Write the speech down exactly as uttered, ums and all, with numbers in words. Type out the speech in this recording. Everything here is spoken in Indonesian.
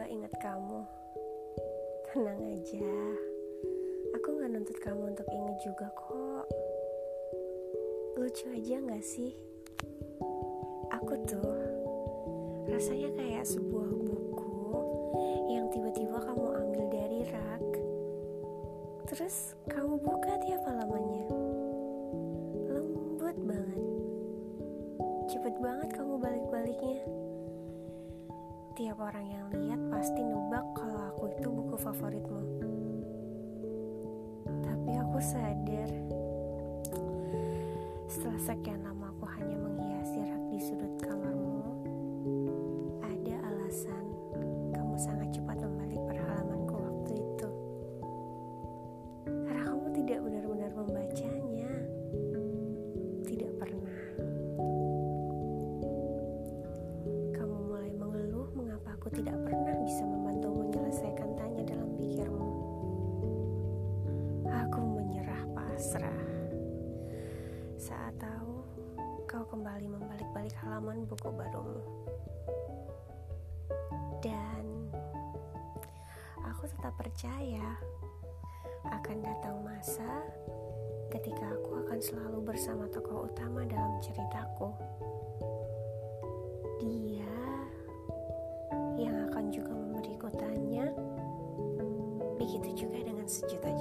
gak ingat kamu. Tenang aja, aku gak nuntut kamu untuk ingat juga kok. Lucu aja gak sih? Aku tuh rasanya kayak sebuah buku yang tiba-tiba kamu ambil dari rak, terus kamu buka tiap halamannya. Lembut banget, cepet banget kamu balik-baliknya. Tiap orang yang lihat pasti nebak kalau aku itu buku favoritmu. Tapi aku sadar, setelah sekian lama aku hanya menghiasi rak di sudut kamarmu, ada alasan kamu sangat cepat membalik per halamanku waktu itu. Karena kamu tidak benar-benar membacanya. Tidak pernah. Kamu mulai mengeluh mengapa aku tidak pernah bisa membantumu menyelesaikan tanya dalam pikirmu. Aku menyerah pasrah saat tahu kau kembali membalik-balik halaman buku barumu. Dan aku tetap percaya akan datang masa ketika aku akan selalu bersama tokoh utama dalam ceritaku. Dia yang akan juga memberiku tanya, begitu juga dengan sejuta